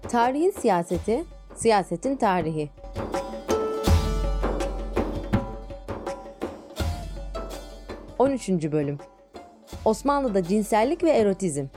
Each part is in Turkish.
Tarihin siyaseti, siyasetin tarihi. Bölüm. Osmanlı'da cinsellik ve erotizm.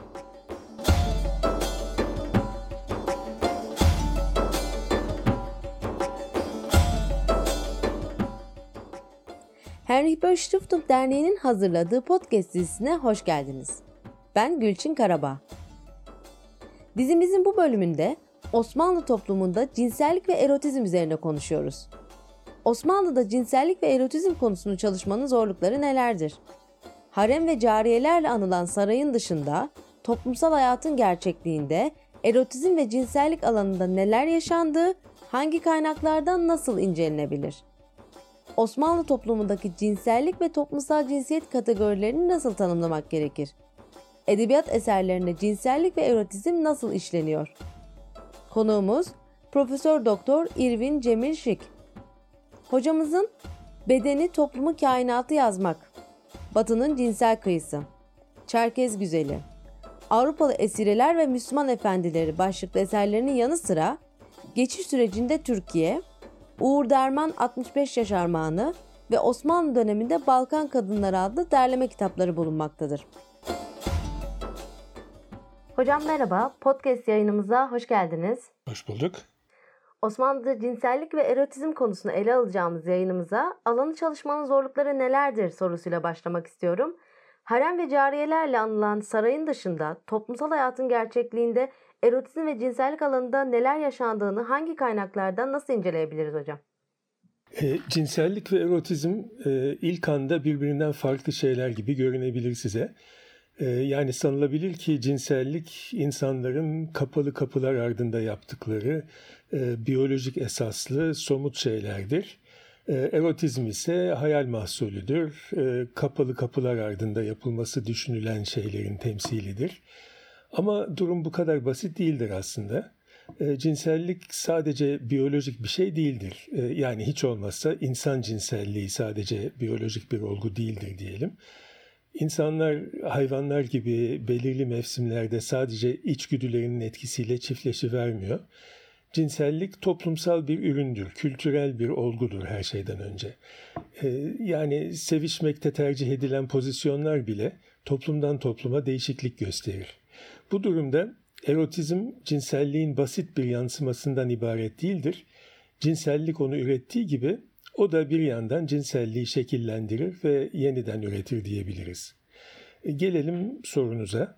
Heinrich Böll Stiftung Derneği'nin hazırladığı podcast dizisine hoş geldiniz. Ben Gülçin Karabağ. Dizimizin bu bölümünde Osmanlı toplumunda cinsellik ve erotizm üzerine konuşuyoruz. Osmanlı'da cinsellik ve erotizm konusunu çalışmanın zorlukları nelerdir? Harem ve cariyelerle anılan sarayın dışında toplumsal hayatın gerçekliğinde erotizm ve cinsellik alanında neler yaşandığı hangi kaynaklardan nasıl incelenebilir? Osmanlı toplumundaki cinsellik ve toplumsal cinsiyet kategorilerini nasıl tanımlamak gerekir? Edebiyat eserlerinde cinsellik ve erotizm nasıl işleniyor? Konuğumuz Profesör Doktor İrvin Cemil Şik. Hocamızın Bedeni, Toplumu, Kainatı Yazmak, Batı'nın Cinsel Kıyısı, Çerkez Güzeli, Avrupalı Esireler ve Müslüman Efendileri başlıklı eserlerinin yanı sıra Geçiş Sürecinde Türkiye, Uğur Derman 65 Yaş Armağanı ve Osmanlı döneminde Balkan Kadınları adlı derleme kitapları bulunmaktadır. Hocam merhaba, podcast yayınımıza hoş geldiniz. Hoş bulduk. Osmanlı'da cinsellik ve erotizm konusunu ele alacağımız yayınımıza alanı çalışmanın zorlukları nelerdir sorusuyla başlamak istiyorum. Harem ve cariyelerle anılan sarayın dışında toplumsal hayatın gerçekliğinde erotizm ve cinsellik alanında neler yaşandığını hangi kaynaklardan nasıl inceleyebiliriz hocam? Cinsellik ve erotizm ilk anda birbirinden farklı şeyler gibi görünebilir size. Yani sanılabilir ki cinsellik insanların kapalı kapılar ardında yaptıkları biyolojik esaslı somut şeylerdir. Erotizm ise hayal mahsulüdür. Kapalı kapılar ardında yapılması düşünülen şeylerin temsilidir. Ama durum bu kadar basit değildir aslında. Cinsellik sadece biyolojik bir şey değildir. Yani hiç olmazsa insan cinselliği sadece biyolojik bir olgu değildir diyelim. İnsanlar hayvanlar gibi belirli mevsimlerde sadece içgüdülerinin etkisiyle çiftleşivermiyor. Cinsellik toplumsal bir üründür, kültürel bir olgudur her şeyden önce. Yani sevişmekte tercih edilen pozisyonlar bile toplumdan topluma değişiklik gösterir. Bu durumda erotizm cinselliğin basit bir yansımasından ibaret değildir. Cinsellik onu ürettiği gibi o da bir yandan cinselliği şekillendirir ve yeniden üretir diyebiliriz. Gelelim sorunuza.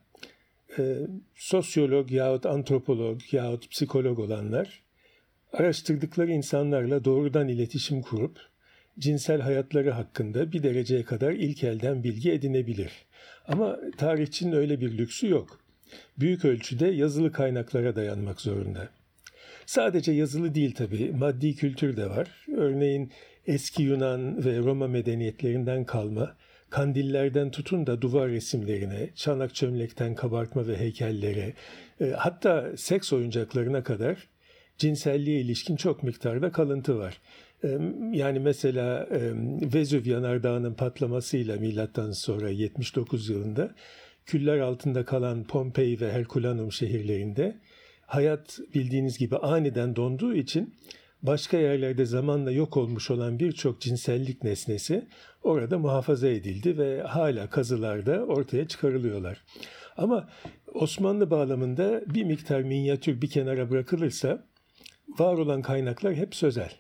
Sosyolog yahut antropolog yahut psikolog olanlar araştırdıkları insanlarla doğrudan iletişim kurup cinsel hayatları hakkında bir dereceye kadar ilk elden bilgi edinebilir. Ama tarihçinin öyle bir lüksü yok. Büyük ölçüde yazılı kaynaklara dayanmak zorunda. Sadece yazılı değil tabii, maddi kültür de var. Örneğin eski Yunan ve Roma medeniyetlerinden kalma, kandillerden tutun da duvar resimlerine, çanak çömlekten kabartma ve heykellere, hatta seks oyuncaklarına kadar cinselliğe ilişkin çok miktarda kalıntı var. Yani mesela Vezüv yanardağının patlamasıyla milattan sonra 79 yılında küller altında kalan Pompei ve Herkulanum şehirlerinde hayat bildiğiniz gibi aniden donduğu için başka yerlerde zamanla yok olmuş olan birçok cinsellik nesnesi orada muhafaza edildi ve hala kazılarda ortaya çıkarılıyorlar. Ama Osmanlı bağlamında bir miktar minyatür bir kenara bırakılırsa var olan kaynaklar hep sözel.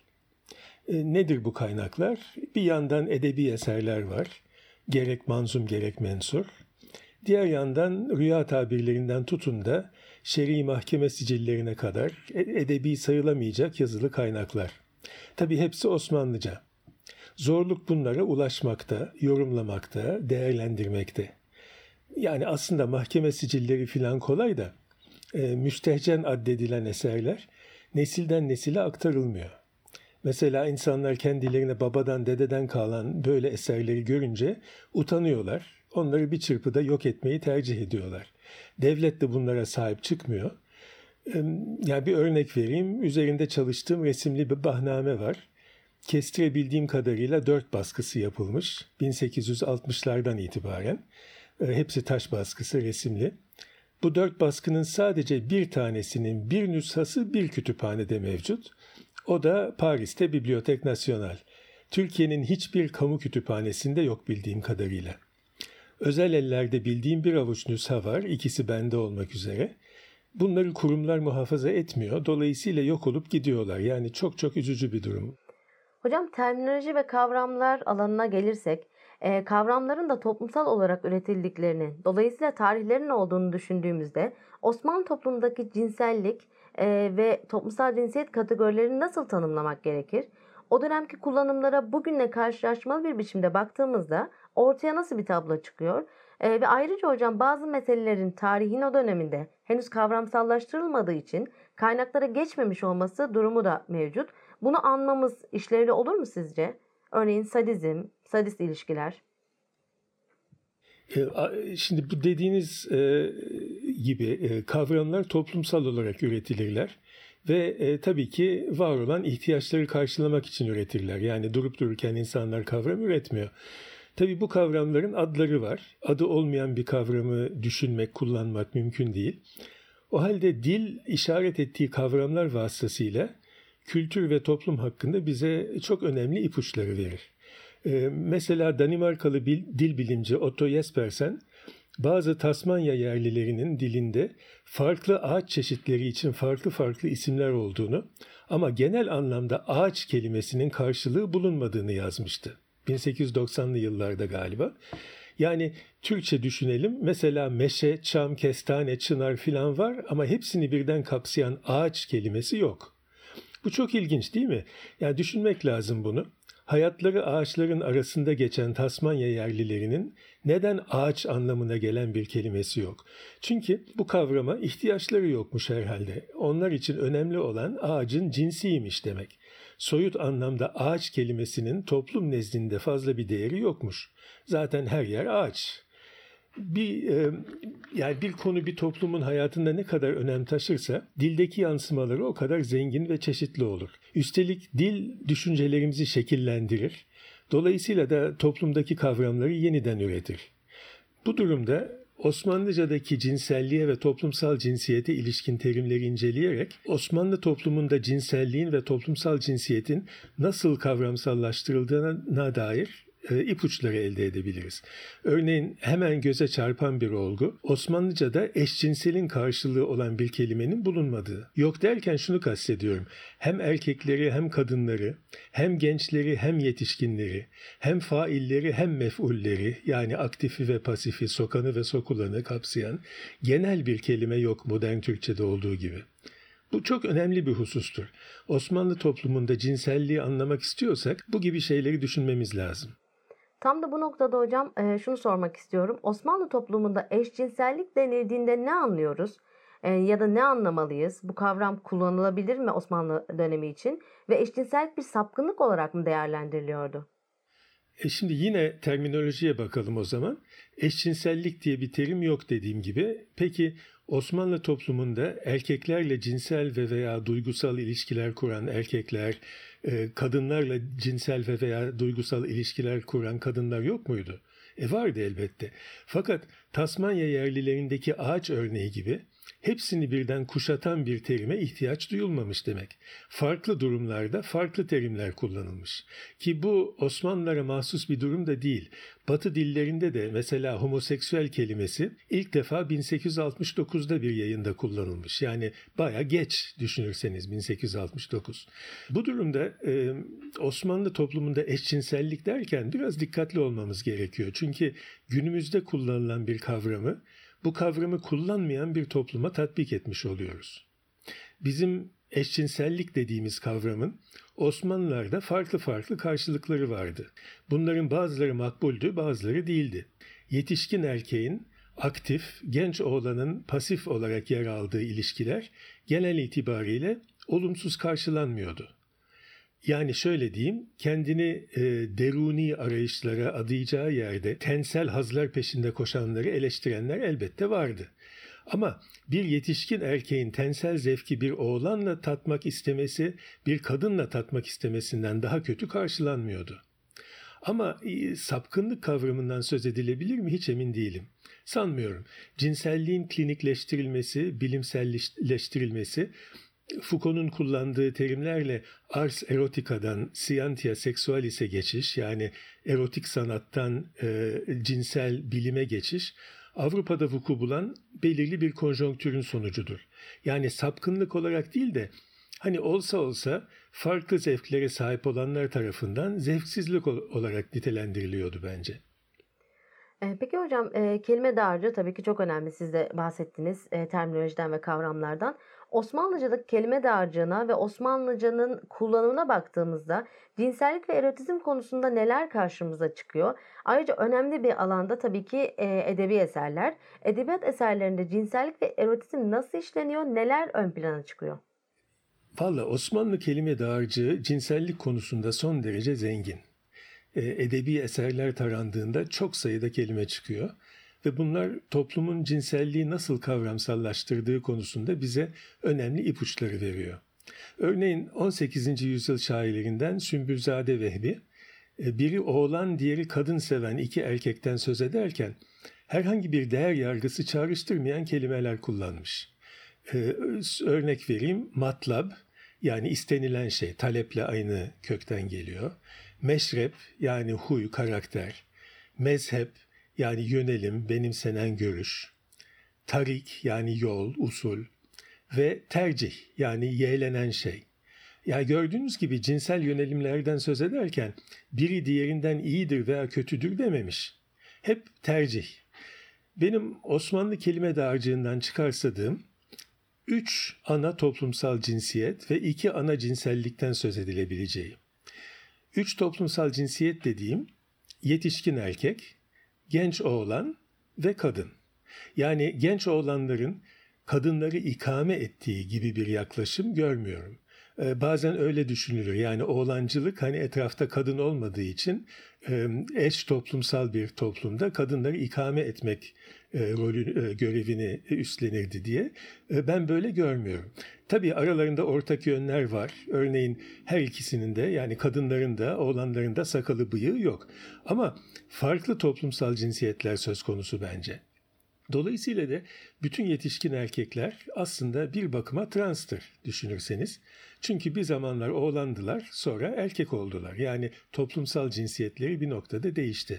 Nedir bu kaynaklar? Bir yandan edebi eserler var. Gerek manzum gerek mensur. Diğer yandan rüya tabirlerinden tutun da şer'i mahkeme sicillerine kadar edebi sayılamayacak yazılı kaynaklar. Tabii hepsi Osmanlıca. Zorluk bunlara ulaşmakta, yorumlamakta, değerlendirmekte. Yani aslında mahkeme sicilleri filan kolay da müstehcen addedilen eserler nesilden nesile aktarılmıyor. Mesela insanlar kendilerine babadan dededen kalan böyle eserleri görünce utanıyorlar. Onları bir çırpıda yok etmeyi tercih ediyorlar. Devlet de bunlara sahip çıkmıyor. Yani bir örnek vereyim. Üzerinde çalıştığım resimli bir bahname var. Kestirebildiğim kadarıyla 4 baskısı yapılmış. 1860'lardan itibaren. Hepsi taş baskısı, resimli. Bu 4 baskının sadece bir tanesinin bir nüshası bir kütüphanede mevcut. O da Paris'te Bibliothèque Nationale. Türkiye'nin hiçbir kamu kütüphanesinde yok bildiğim kadarıyla. Özel ellerde bildiğim bir avuç nüsha var, ikisi bende olmak üzere. Bunları kurumlar muhafaza etmiyor, dolayısıyla yok olup gidiyorlar. Yani çok çok üzücü bir durum. Hocam terminoloji ve kavramlar alanına gelirsek, kavramların da toplumsal olarak üretildiklerini, dolayısıyla tarihlerinin olduğunu düşündüğümüzde Osmanlı toplumundaki cinsellik ve toplumsal cinsiyet kategorilerini nasıl tanımlamak gerekir? O dönemki kullanımlara bugünle karşılaşmalı bir biçimde baktığımızda ortaya nasıl bir tablo çıkıyor? Ve ayrıca hocam bazı meselelerin tarihin o döneminde henüz kavramsallaştırılmadığı için kaynaklara geçmemiş olması durumu da mevcut. Bunu anmamız işlevli olur mu sizce? Örneğin sadizm, sadist ilişkiler. Şimdi bu dediğiniz gibi kavramlar toplumsal olarak üretilirler ve tabii ki var olan ihtiyaçları karşılamak için üretirler. Yani durup dururken insanlar kavram üretmiyor. Tabii bu kavramların adları var. Adı olmayan bir kavramı düşünmek, kullanmak mümkün değil. O halde dil işaret ettiği kavramlar vasıtasıyla kültür ve toplum hakkında bize çok önemli ipuçları verir. Mesela Danimarkalı dil bilimci Otto Jespersen, bazı Tasmanya yerlilerinin dilinde farklı ağaç çeşitleri için farklı isimler olduğunu ama genel anlamda ağaç kelimesinin karşılığı bulunmadığını yazmıştı. 1890'lı yıllarda galiba. Yani Türkçe düşünelim. Mesela meşe, çam, kestane, çınar filan var ama hepsini birden kapsayan ağaç kelimesi yok. Bu çok ilginç değil mi? Yani düşünmek lazım bunu. Hayatları ağaçların arasında geçen Tasmanya yerlilerinin neden ağaç anlamına gelen bir kelimesi yok? Çünkü bu kavrama ihtiyaçları yokmuş herhalde. Onlar için önemli olan ağacın cinsiymiş demek. Soyut anlamda ağaç kelimesinin toplum nezdinde fazla bir değeri yokmuş. Zaten her yer ağaç. Yani bir konu bir toplumun hayatında ne kadar önem taşırsa dildeki yansımaları o kadar zengin ve çeşitli olur. Üstelik dil düşüncelerimizi şekillendirir. Dolayısıyla da toplumdaki kavramları yeniden üretir. Bu durumda Osmanlıca'daki cinselliğe ve toplumsal cinsiyete ilişkin terimleri inceleyerek Osmanlı toplumunda cinselliğin ve toplumsal cinsiyetin nasıl kavramsallaştırıldığına dair ipuçları elde edebiliriz. Örneğin hemen göze çarpan bir olgu, Osmanlıca'da eşcinselin karşılığı olan bir kelimenin bulunmadığı. Yok derken şunu kastediyorum. Hem erkekleri hem kadınları, hem gençleri hem yetişkinleri, hem failleri hem mef'ulleri, yani aktifi ve pasifi, sokanı ve sokulanı kapsayan genel bir kelime yok modern Türkçe'de olduğu gibi. Bu çok önemli bir husustur. Osmanlı toplumunda cinselliği anlamak istiyorsak bu gibi şeyleri düşünmemiz lazım. Tam da bu noktada hocam şunu sormak istiyorum. Osmanlı toplumunda eşcinsellik denildiğinde ne anlıyoruz? Ya da ne anlamalıyız? Bu kavram kullanılabilir mi Osmanlı dönemi için? Ve eşcinsellik bir sapkınlık olarak mı değerlendiriliyordu? Şimdi yine terminolojiye bakalım o zaman. Eşcinsellik diye bir terim yok dediğim gibi. Peki Osmanlı toplumunda erkeklerle cinsel ve veya duygusal ilişkiler kuran erkekler, kadınlarla cinsel ve veya duygusal ilişkiler kuran kadınlar yok muydu? Vardı elbette. Fakat Tasmanya yerlilerindeki ağaç örneği gibi hepsini birden kuşatan bir terime ihtiyaç duyulmamış demek. Farklı durumlarda farklı terimler kullanılmış. Ki bu Osmanlılara mahsus bir durum da değil. Batı dillerinde de mesela homoseksüel kelimesi ilk defa 1869'da bir yayında kullanılmış. Yani baya geç düşünürseniz 1869. Bu durumda Osmanlı toplumunda eşcinsellik derken biraz dikkatli olmamız gerekiyor. Çünkü günümüzde kullanılan bir kavramı bu kavramı kullanmayan bir topluma tatbik etmiş oluyoruz. Bizim eşcinsellik dediğimiz kavramın Osmanlılarda farklı karşılıkları vardı. Bunların bazıları makbuldü, bazıları değildi. Yetişkin erkeğin aktif, genç oğlanın pasif olarak yer aldığı ilişkiler genel itibariyle olumsuz karşılanmıyordu. Yani şöyle diyeyim, kendini deruni arayışlara adayacağı yerde tensel hazlar peşinde koşanları eleştirenler elbette vardı. Ama bir yetişkin erkeğin tensel zevki bir oğlanla tatmak istemesi, bir kadınla tatmak istemesinden daha kötü karşılanmıyordu. Ama sapkınlık kavramından söz edilebilir mi hiç emin değilim. Sanmıyorum. Cinselliğin klinikleştirilmesi, bilimselleştirilmesi, Foucault'un kullandığı terimlerle ars erotika'dan scientia sexualis'e geçiş, yani erotik sanattan cinsel bilime geçiş, Avrupa'da vuku bulan belirli bir konjonktürün sonucudur. Yani sapkınlık olarak değil de hani olsa farklı zevklere sahip olanlar tarafından zevksizlik olarak nitelendiriliyordu bence. Peki hocam, kelime dağarcığı tabii ki çok önemli. Siz de bahsettiniz terminolojiden ve kavramlardan. Osmanlıca'daki kelime dağarcığına ve Osmanlıca'nın kullanımına baktığımızda cinsellik ve erotizm konusunda neler karşımıza çıkıyor? Ayrıca önemli bir alanda tabii ki edebi eserler. Edebiyat eserlerinde cinsellik ve erotizm nasıl işleniyor, neler ön plana çıkıyor? Valla Osmanlı kelime dağarcığı cinsellik konusunda son derece zengin. Edebi eserler tarandığında çok sayıda kelime çıkıyor ve bunlar toplumun cinselliği nasıl kavramsallaştırdığı konusunda bize önemli ipuçları veriyor. Örneğin 18. yüzyıl şairlerinden Sümbülzade Vehbi, biri oğlan diğeri kadın seven iki erkekten söz ederken herhangi bir değer yargısı çağrıştırmayan kelimeler kullanmış. Örnek vereyim, matlab yani istenilen şey, taleple aynı kökten geliyor. Meşrep yani huy, karakter. Mezhep yani yönelim, benimsenen görüş. Tarik yani yol, usul. Ve tercih yani yeğlenen şey. Ya gördüğünüz gibi cinsel yönelimlerden söz ederken biri diğerinden iyidir veya kötüdür dememiş. Hep tercih. Benim Osmanlı kelime dağarcığından çıkarsadığım 3 ana toplumsal cinsiyet ve 2 ana cinsellikten söz edilebileceği. 3 toplumsal cinsiyet dediğim yetişkin erkek, genç oğlan ve kadın. Yani genç oğlanların kadınları ikame ettiği gibi bir yaklaşım görmüyorum. Bazen öyle düşünülür. Yani oğlancılık hani etrafta kadın olmadığı için eş toplumsal bir toplumda kadınları ikame etmek görevini üstlenirdi diye. Ben böyle görmüyorum. Tabii aralarında ortak yönler var. Örneğin her ikisinin de yani kadınların da oğlanların da sakalı bıyığı yok. Ama farklı toplumsal cinsiyetler söz konusu bence. Dolayısıyla da bütün yetişkin erkekler aslında bir bakıma transtır düşünürseniz. Çünkü bir zamanlar oğlandılar, sonra erkek oldular. Yani toplumsal cinsiyetleri bir noktada değişti.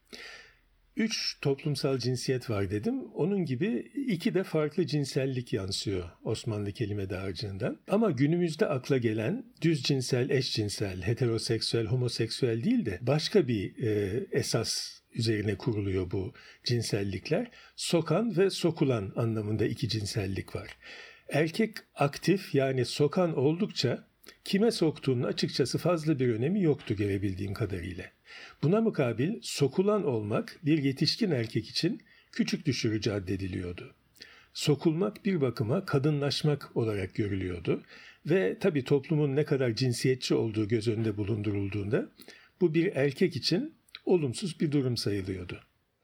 3 toplumsal cinsiyet var dedim. Onun gibi 2 de farklı cinsellik yansıyor Osmanlı kelime dağarcığından. Ama günümüzde akla gelen düz cinsel, eşcinsel, heteroseksüel, homoseksüel değil de başka bir esas üzerine kuruluyor bu cinsellikler. Sokan ve sokulan anlamında 2 cinsellik var. Erkek aktif yani sokan oldukça kime soktuğunun açıkçası fazla bir önemi yoktu görebildiğim kadarıyla. Buna mukabil sokulan olmak bir yetişkin erkek için küçük düşürücü addediliyordu. Sokulmak bir bakıma kadınlaşmak olarak görülüyordu ve tabii toplumun ne kadar cinsiyetçi olduğu göz önünde bulundurulduğunda bu bir erkek için olumsuz bir durum sayılıyordu.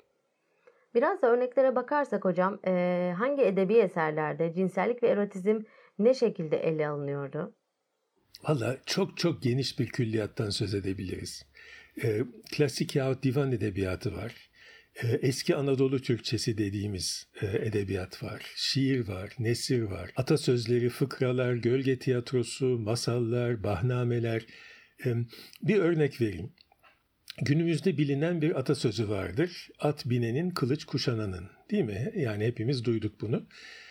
Biraz da örneklere bakarsak hocam, hangi edebi eserlerde cinsellik ve erotizm ne şekilde ele alınıyordu? Valla çok geniş bir külliyattan söz edebiliriz. Klasik yahut divan edebiyatı var. Eski Anadolu Türkçesi dediğimiz edebiyat var. Şiir var, nesir var. Atasözleri, fıkralar, gölge tiyatrosu, masallar, bahnameler. Bir örnek vereyim. Günümüzde bilinen bir atasözü vardır. At binenin, kılıç kuşananın. Değil mi? Yani hepimiz duyduk bunu.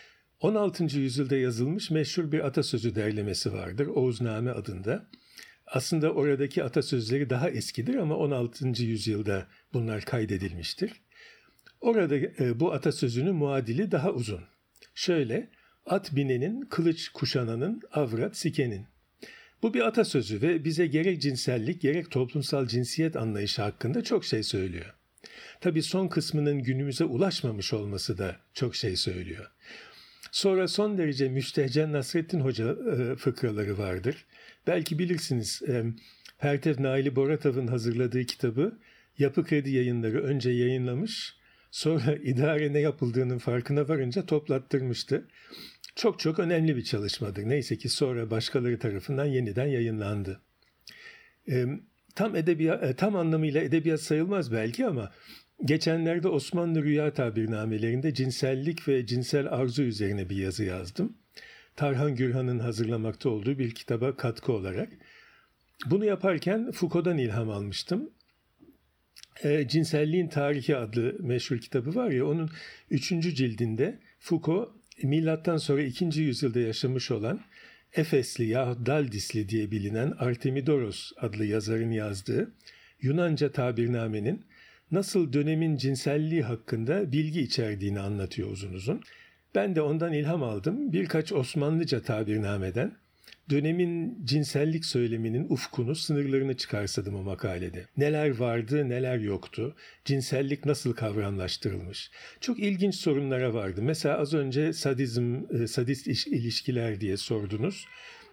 16. yüzyılda yazılmış meşhur bir atasözü derlemesi vardır. Oğuzname adında. Aslında oradaki atasözleri daha eskidir ama 16. yüzyılda bunlar kaydedilmiştir. Orada bu atasözünün muadili daha uzun. Şöyle, at binenin, kılıç kuşananın, avrat sikenin. Bu bir atasözü ve bize gerek cinsellik gerek toplumsal cinsiyet anlayışı hakkında çok şey söylüyor. Tabii son kısmının günümüze ulaşmamış olması da çok şey söylüyor. Sonra son derece müstehcen Nasrettin Hoca fıkraları vardır. Belki bilirsiniz, Pertev Naili Boratav'ın hazırladığı kitabı Yapı Kredi Yayınları önce yayınlamış, sonra idare ne yapıldığının farkına varınca toplattırmıştı. Çok önemli bir çalışmadır. Neyse ki sonra başkaları tarafından yeniden yayınlandı. tam anlamıyla edebiyat sayılmaz belki ama geçenlerde Osmanlı Rüya tabirnamelerinde cinsellik ve cinsel arzu üzerine bir yazı yazdım. Tarhan Gürhan'ın hazırlamakta olduğu bir kitaba katkı olarak. Bunu yaparken Foucault'dan ilham almıştım. Cinselliğin Tarihi adlı meşhur kitabı var ya, onun 3. cildinde Foucault milattan sonra 2. yüzyılda yaşamış olan Efesli yahut Daldisli diye bilinen Artemidoros adlı yazarın yazdığı Yunanca tabirnamenin nasıl dönemin cinselliği hakkında bilgi içerdiğini anlatıyor uzun uzun. Ben de ondan ilham aldım. Birkaç Osmanlıca tabirnameden dönemin cinsellik söyleminin ufkunu, sınırlarını çıkarsadım o makalede. Neler vardı, neler yoktu, cinsellik nasıl kavramlaştırılmış. Çok ilginç sorunlara vardı. Mesela az önce sadist ilişkiler diye sordunuz.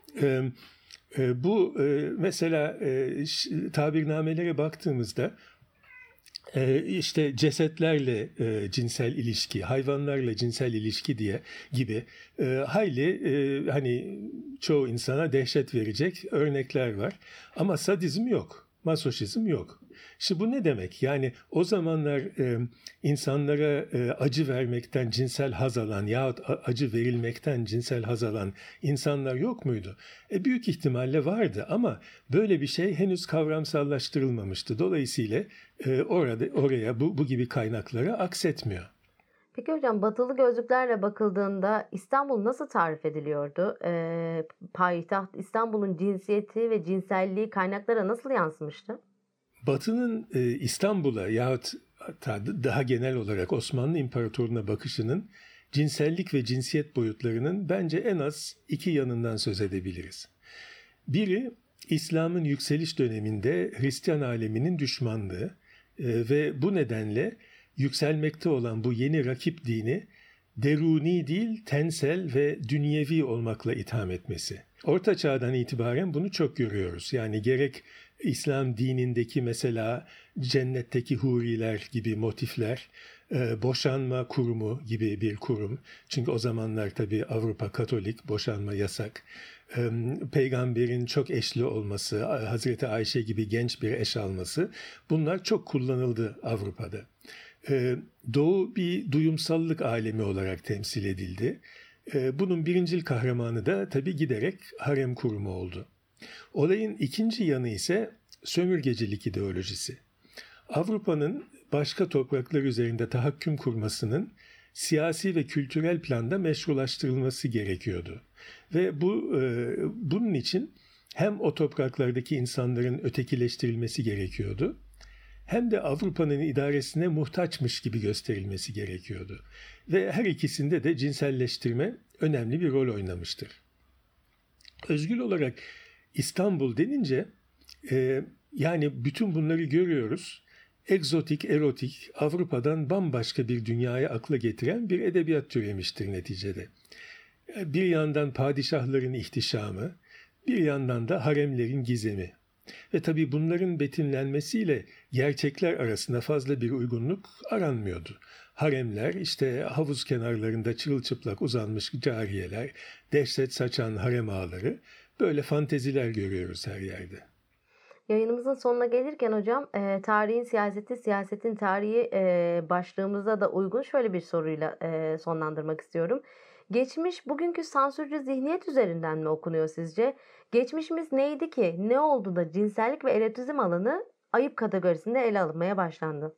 Mesela tabirnamelere baktığımızda işte cesetlerle cinsel ilişki, hayvanlarla cinsel ilişki gibi hayli hani çoğu insana dehşet verecek örnekler var. Ama sadizm yok, masoşizm yok. Şimdi bu ne demek? Yani o zamanlar insanlara acı vermekten cinsel haz alan yahut acı verilmekten cinsel haz alan insanlar yok muydu? Büyük ihtimalle vardı ama böyle bir şey henüz kavramsallaştırılmamıştı. Dolayısıyla oraya bu gibi kaynaklara aksetmiyor. Peki hocam, batılı gözlüklerle bakıldığında İstanbul nasıl tarif ediliyordu? Payitaht İstanbul'un cinsiyeti ve cinselliği kaynaklara nasıl yansımıştı? Batı'nın İstanbul'a yahut hatta daha genel olarak Osmanlı İmparatorluğu'na bakışının cinsellik ve cinsiyet boyutlarının bence en az 2 yanından söz edebiliriz. Biri, İslam'ın yükseliş döneminde Hristiyan aleminin düşmanlığı ve bu nedenle yükselmekte olan bu yeni rakip dini deruni değil, tensel ve dünyevi olmakla itham etmesi. Orta Çağ'dan itibaren bunu çok görüyoruz. Yani gerek İslam dinindeki mesela cennetteki huriler gibi motifler, boşanma kurumu gibi bir kurum. Çünkü o zamanlar tabii Avrupa Katolik, boşanma yasak. Peygamberin çok eşli olması, Hazreti Ayşe gibi genç bir eş alması, bunlar çok kullanıldı Avrupa'da. Doğu bir duyumsallık alemi olarak temsil edildi. Bunun birincil kahramanı da tabii giderek harem kurumu oldu. Olayın ikinci yanı ise sömürgecilik ideolojisi. Avrupa'nın başka topraklar üzerinde tahakküm kurmasının siyasi ve kültürel planda meşrulaştırılması gerekiyordu. Ve bunun için hem o topraklardaki insanların ötekileştirilmesi gerekiyordu, hem de Avrupa'nın idaresine muhtaçmış gibi gösterilmesi gerekiyordu. Ve her ikisinde de cinselleştirme önemli bir rol oynamıştır. Özgül olarak İstanbul denince yani bütün bunları görüyoruz. Egzotik, erotik, Avrupa'dan bambaşka bir dünyaya akla getiren bir edebiyat türemiştir neticede. Bir yandan padişahların ihtişamı, bir yandan da haremlerin gizemi. Ve tabii bunların betimlenmesiyle gerçekler arasında fazla bir uygunluk aranmıyordu. Haremler, işte havuz kenarlarında çırılçıplak uzanmış cariyeler, dehşet saçan harem ağaları, böyle fanteziler görüyoruz her yerde. Yayınımızın sonuna gelirken hocam, tarihin siyaseti, siyasetin tarihi başlığımıza da uygun şöyle bir soruyla sonlandırmak istiyorum. Geçmiş bugünkü sansürcü zihniyet üzerinden mi okunuyor sizce? Geçmişimiz neydi ki? Ne oldu da cinsellik ve erotizm alanı ayıp kategorisinde ele alınmaya başlandı?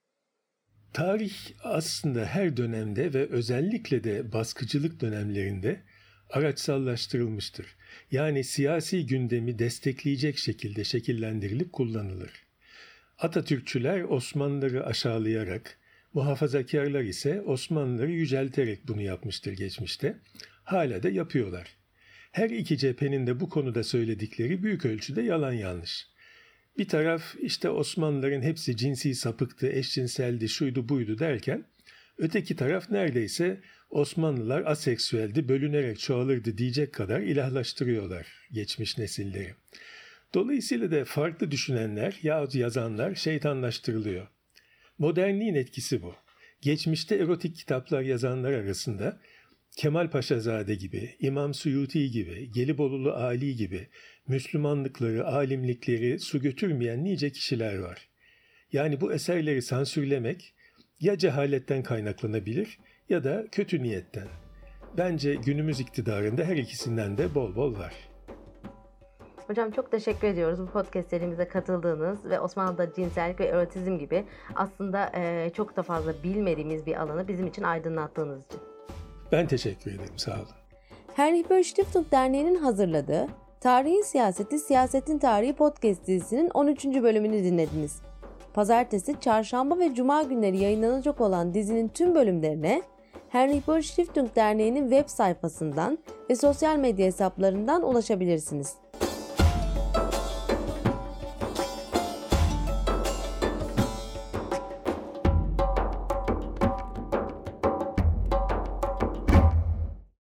Tarih aslında her dönemde ve özellikle de baskıcılık dönemlerinde araçsallaştırılmıştır. Yani siyasi gündemi destekleyecek şekilde şekillendirilip kullanılır. Atatürkçüler Osmanlıları aşağılayarak, muhafazakarlar ise Osmanlıları yücelterek bunu yapmıştır geçmişte. Hala da yapıyorlar. Her iki cephenin de bu konuda söyledikleri büyük ölçüde yalan yanlış. Bir taraf işte Osmanlıların hepsi cinsi sapıktı, eşcinseldi, şuydu buydu derken, öteki taraf neredeyse Osmanlılar aseksüeldi, bölünerek çoğalırdı diyecek kadar ilahlaştırıyorlar geçmiş nesilleri. Dolayısıyla da farklı düşünenler yahut yazanlar şeytanlaştırılıyor. Modernliğin etkisi bu. Geçmişte erotik kitaplar yazanlar arasında Kemal Paşazade gibi, İmam Suyuti gibi, Gelibolulu Ali gibi Müslümanlıkları, alimlikleri su götürmeyen nice kişiler var. Yani bu eserleri sansürlemek ya cehaletten kaynaklanabilir ya da kötü niyetten. Bence günümüz iktidarında her ikisinden de bol bol var. Hocam çok teşekkür ediyoruz bu podcast serimize katıldığınız ve Osmanlı'da cinsellik ve erotizm gibi aslında çok da fazla bilmediğimiz bir alanı bizim için aydınlattığınız için. Ben teşekkür ederim, sağ olun. Heinrich Böll Stiftung Derneği'nin hazırladığı Tarihin Siyaseti, Siyasetin Tarihi podcast dizisinin 13. bölümünü dinlediniz. Pazartesi, çarşamba ve cuma günleri yayınlanacak olan dizinin tüm bölümlerine Heinrich Böll Stiftung Derneği'nin web sayfasından ve sosyal medya hesaplarından ulaşabilirsiniz.